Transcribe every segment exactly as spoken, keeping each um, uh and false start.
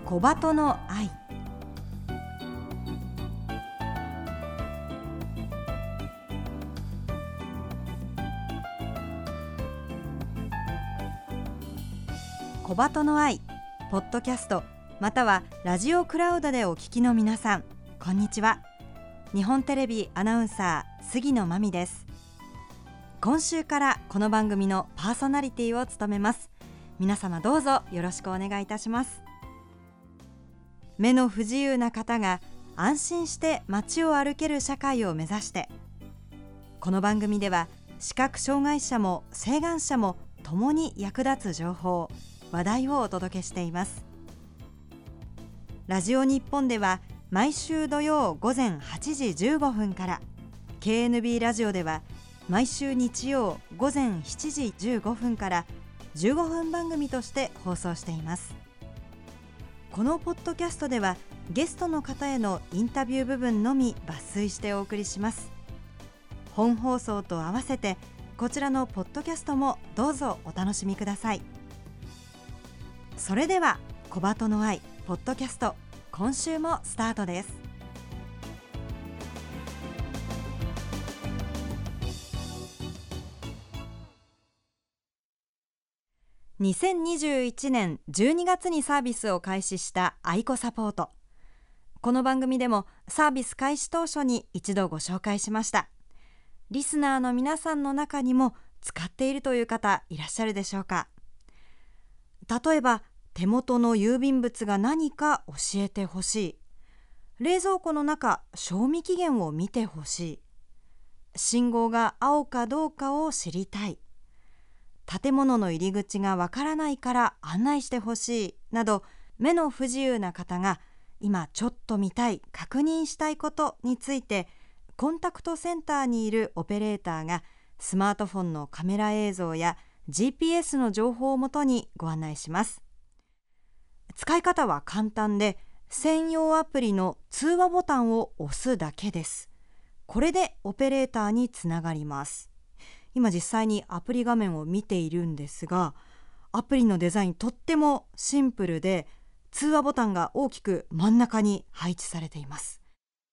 小鳩の愛。小鳩の愛ポッドキャストまたはラジオクラウドでお聞きの皆さん、こんにちは。日本テレビアナウンサー杉野真美です。今週からこの番組のパーソナリティを務めます。皆様どうぞよろしくお願いいたします。目の不自由な方が安心して街を歩ける社会を目指して、この番組では視覚障害者も晴眼者も共に役立つ情報話題をお届けしています。ラジオ日本では毎週土曜午前はちじじゅうごふんから、 ケーエヌビー ラジオでは毎週日曜午前しちじじゅうごふんからじゅうごふん番組として放送しています。このポッドキャストではゲストの方へのインタビュー部分のみ抜粋してお送りします。本放送と合わせてこちらのポッドキャストもどうぞお楽しみください。それでは小鳩の愛ポッドキャスト、今週もスタートです。にせんにじゅういちねんじゅうにがつにサービスを開始した愛子サポート。この番組でもサービス開始当初に一度ご紹介しました。リスナーの皆さんの中にも使っているという方いらっしゃるでしょうか。例えば手元の郵便物が何か教えてほしい、冷蔵庫の中賞味期限を見てほしい、信号が青かどうかを知りたい、建物の入り口がわからないから案内してほしいなど、目の不自由な方が今ちょっと見たい、確認したいことについてコンタクトセンターにいるオペレーターがスマートフォンのカメラ映像や ジーピーエス の情報をもとにご案内します。使い方は簡単で、専用アプリの通話ボタンを押すだけです。これでオペレーターにつながります。今実際にアプリ画面を見ているんですが、アプリのデザインとってもシンプルで、通話ボタンが大きく真ん中に配置されています。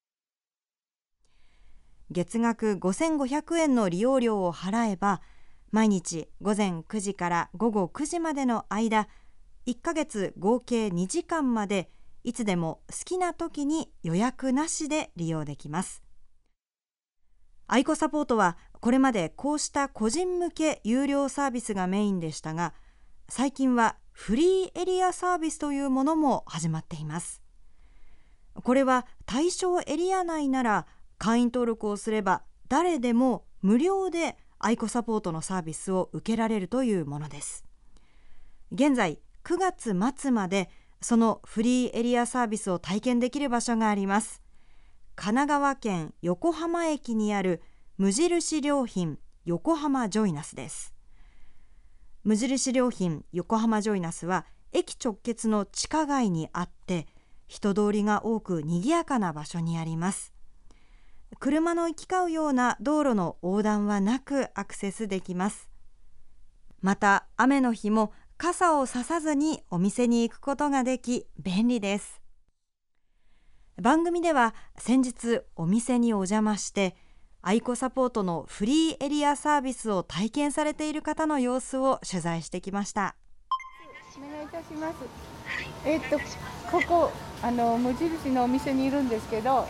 月額ごせんごひゃくえんの利用料を払えば、毎日午前くじから午後くじまでの間、いっかげつ合計にじかんまでいつでも好きな時に予約なしで利用できます。愛子サポートはこれまでこうした個人向け有料サービスがメインでしたが、最近はフリーエリアサービスというものも始まっています。これは対象エリア内なら会員登録をすれば誰でも無料で愛子サポートのサービスを受けられるというものです。現在くがつ末までそのフリーエリアサービスを体験できる場所があります。神奈川県横浜駅にある無印良品横浜ジョイナスです。無印良品横浜ジョイナスは駅直結の地下街にあって、人通りが多く賑やかな場所にあります。車の行き交うような道路の横断はなくアクセスできます。また雨の日も傘をささずにお店に行くことができ便利です。番組では先日お店にお邪魔して愛子サポートのフリーエリアサービスを体験されている方の様子を取材してきました。 お願いいたします。えっとここあの無印のお店にいるんですけど、はい、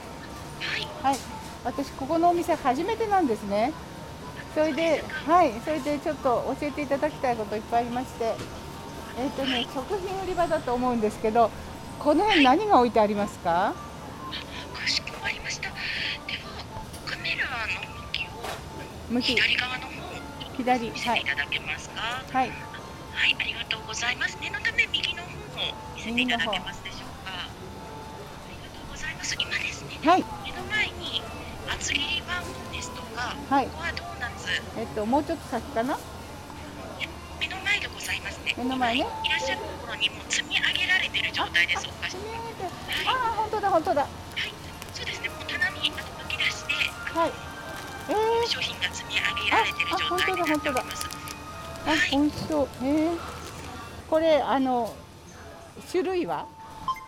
はい、私ここのお店初めてなんですね。それで、はい、それでちょっと教えていただきたいこといっぱいありまして、えっとね、食品売り場だと思うんですけど、この辺何が置いてありますか？ かしこまりました。では、カメラの向きを向き左側の方左、 見せていただけますか？ はい、 はい、ありがとうございます。念のため右の方も見せていただけますでしょうか？ありがとうございます。今ですね、 はい、 目の前に厚切りパンですとか、 はい、 ここはドーナツ、 えっともうちょっと先かな？ 目の前でございますね。 目の前ね。 いらっしゃるところにも積み上げられている状態です。おかしい。 積み上げて、 はい、 ああ、本当だ本当だ。 はい、そうですね。もう棚にあのむき出して、 はい、えー、 商品が積み上げられている状態になっております。 あ、美味しそう。えー、これあの種類は？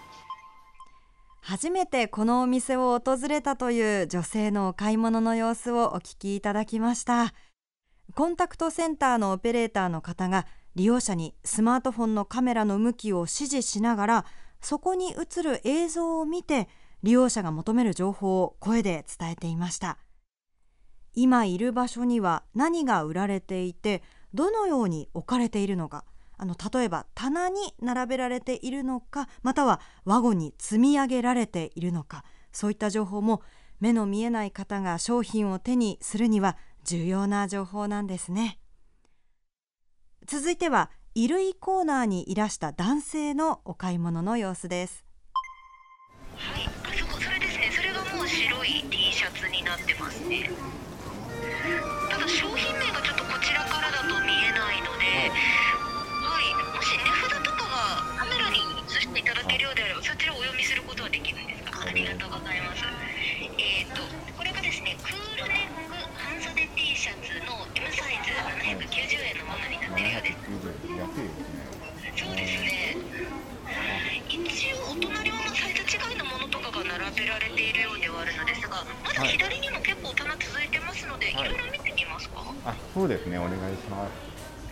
初めてこのお店を訪れたという女性のお買い物の様子をお聞きいただきました。コンタクトセンターのオペレーターの方が利用者にスマートフォンのカメラの向きを指示しながら、そこに映る映像を見て利用者が求める情報を声で伝えていました。今いる場所には何が売られていて、どのように置かれているのか、あの例えば棚に並べられているのか、またはワゴンに積み上げられているのか、そういった情報も目の見えない方が商品を手にするには重要な情報なんですね。続いては衣類コーナーにいらした男性のお買い物の様子です。 はい、あそこそれですね。それがもう白い T シャツになってますね。ただ商品名がちょっとこちらからだと見えないので、はい、もし値札とかがカメラに映していただけるようであれば、そちらをお読みすることはできるんですか？ありがとうございます。えーとこれがですね、クールネック半袖 T シャツの エム サイズななひゃくきゅうじゅうえんのものになっているようです。そうですね。一応お隣はサイズ違いのものとかが並べられているようではあるのですが、まだ左にも結構棚続いてますので、はい、いろいろ見てみますか？ あ、そうですね、お願いします。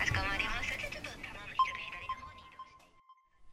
かしこまりました。じゃあちょっと棚の一つ左の方に移動して。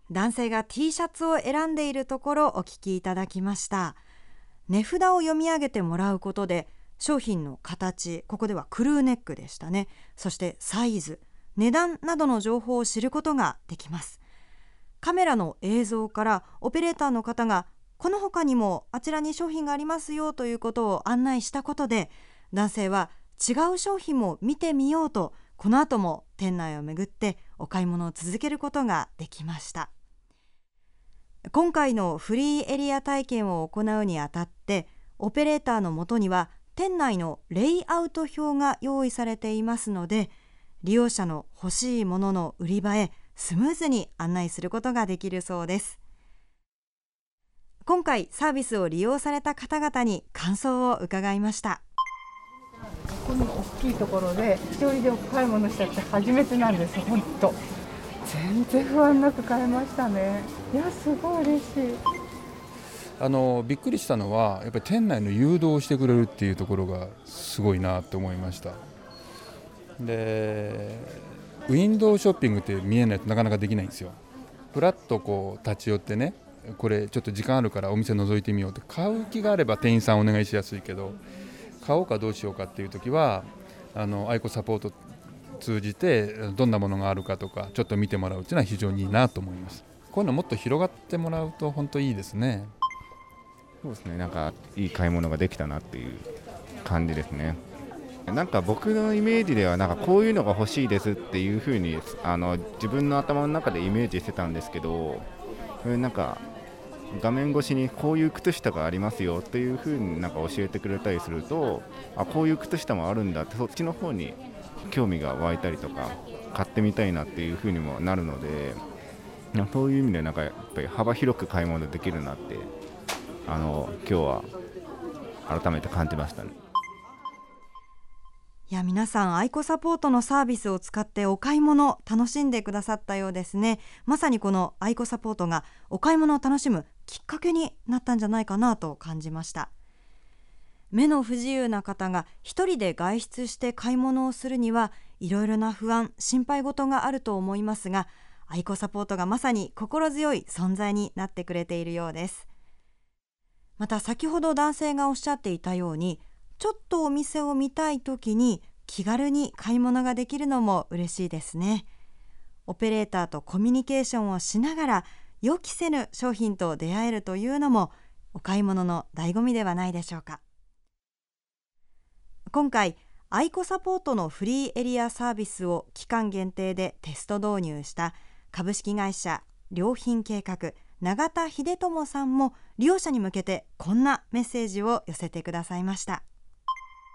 男性が T シャツを選んでいるところお聞きいただきました。値札を読み上げてもらうことで、商品の形、ここではクルーネックでしたね、そしてサイズ、値段などの情報を知ることができます。カメラの映像からオペレーターの方がこの他にもあちらに商品がありますよということを案内したことで、男性は違う商品も見てみようと、この後も店内を巡ってお買い物を続けることができました。今回のフリーエリア体験を行うにあたって、オペレーターのもとには店内のレイアウト表が用意されていますので、利用者の欲しいものの売り場へスムーズに案内することができるそうです。今回サービスを利用された方々に感想を伺いました。 この大きいところで一人でお買い物したって初めてなんです。本当全然不安なく買えましたね。いや、すごい嬉しい。 あのびっくりしたのは、やっぱり店内の誘導をしてくれるっていうところがすごいなと思いました。で、ウィンドウショッピングって見えないとなかなかできないんですよ。ふらっとこう立ち寄ってね、これちょっと時間あるからお店覗いてみようって買う気があれば店員さんお願いしやすいけど、買おうかどうしようかっていう時はあのアイコサポート通じてどんなものがあるかとかちょっと見てもらうっていうのは非常にいいなと思います。こういうのもっと広がってもらうと本当いいですね。 そうですね、なんかいい買い物ができたなっていう感じですね。なんか僕のイメージではなんかこういうのが欲しいですっていう風にあの自分の頭の中でイメージしてたんですけど、なんか画面越しにこういう靴下がありますよっていう風になんか教えてくれたりすると、あ、こういう靴下もあるんだって、そっちの方に興味が湧いたりとか買ってみたいなっていう風にもなるので、そういう意味でなんかやっぱり幅広く買い物できるなってあの今日は改めて感じましたね。 いや、皆さんアイコサポートのサービスを使ってお買い物楽しんでくださったようですね。まさにこのアイコサポートがお買い物を楽しむきっかけになったんじゃないかなと感じました。目の不自由な方が一人で外出して買い物をするにはいろいろな不安、心配事があると思いますが、アイコサポートがまさに心強い存在になってくれているようです。また先ほど男性がおっしゃっていたように、ちょっとお店を見たいときに気軽に買い物ができるのも嬉しいですね。オペレーターとコミュニケーションをしながら予期せぬ商品と出会えるというのもお買い物の醍醐味ではないでしょうか。今回アイコサポートのフリーエリアサービスを期間限定でテスト導入した株式会社良品計画永田秀友さんも利用者に向けてこんなメッセージを寄せてくださいました。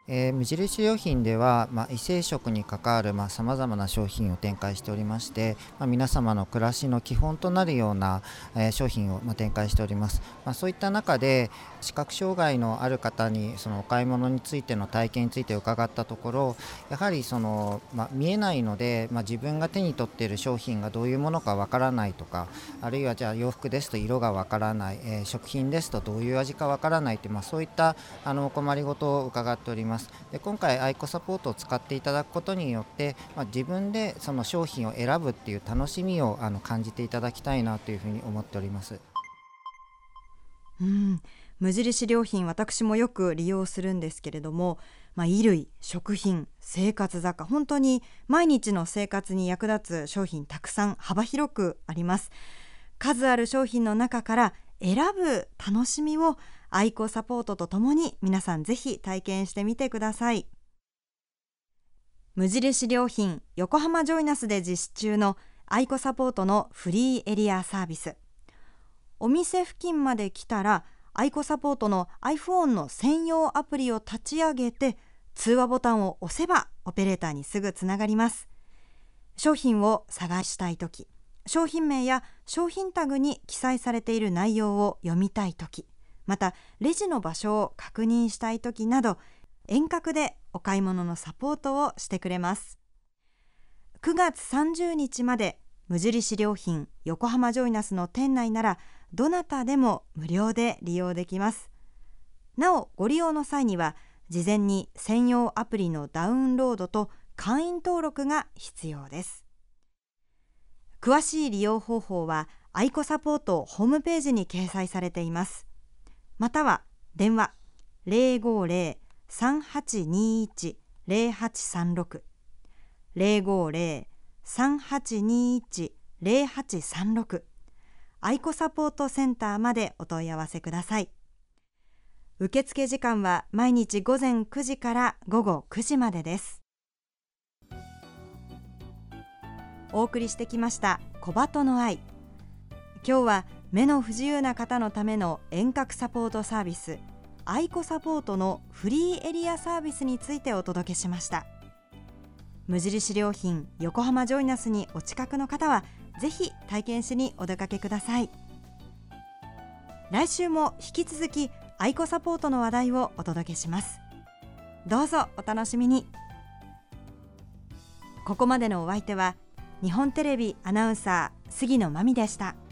えー、無印良品では、まあ、異性食に関わるさまざ、まな商品を展開しておりまして、まあ、皆様の暮らしの基本となるような、えー、商品を、まあ、展開しております。まあ、そういった中で視覚障害のある方にそのお買い物についての体験について伺ったところ、やはりその、まあ、見えないので、まあ、自分が手に取っている商品がどういうものかわからないとか、あるいはじゃあ洋服ですと色がわからない、えー、食品ですとどういう味かわからないという、まあ、そういったあのお困りごとを伺っております。で今回アイコサポートを使っていただくことによって、まあ、自分でその商品を選ぶっていう楽しみをあの感じていただきたいなというふうに思っております。 うん、無印良品、私もよく利用するんですけれども、まあ、衣類、食品、生活雑貨、本当に毎日の生活に役立つ商品たくさん幅広くあります。数ある商品の中から選ぶ楽しみをアイコサポートとともに皆さんぜひ体験してみてください。無印良品横浜ジョイナスで実施中のアイコサポートのフリーエリアサービス。お店付近まで来たらアイコサポートの iPhone の専用アプリを立ち上げて通話ボタンを押せばオペレーターにすぐつながります。商品を探したいとき、商品名や商品タグに記載されている内容を読みたいとき、またレジの場所を確認したいときなど、遠隔でお買い物のサポートをしてくれます。くがつさんじゅうにちまで無印良品横浜ジョイナスの店内ならどなたでも無料で利用できます。なおご利用の際には事前に専用アプリのダウンロードと会員登録が必要です。詳しい利用方法はアイコサポートホームページに掲載されています。または電話 ゼロごゼロ さんはちにいち ゼロはちさんろく ゼロごゼロ さんはちにいち ゼロはちさんろくアイコサポートセンターまでお問い合わせください。受付時間は毎日午前くじから午後くじまでです。お送りしてきました小鳩の愛。今日は目の不自由な方のための遠隔サポートサービスアイコサポートのフリーエリアサービスについてお届けしました。無印良品横浜ジョイナスにお近くの方はぜひ体験しにお出かけください。来週も引き続きアイコサポートの話題をお届けします。どうぞお楽しみに。ここまでのお相手は日本テレビアナウンサー杉野真美でした。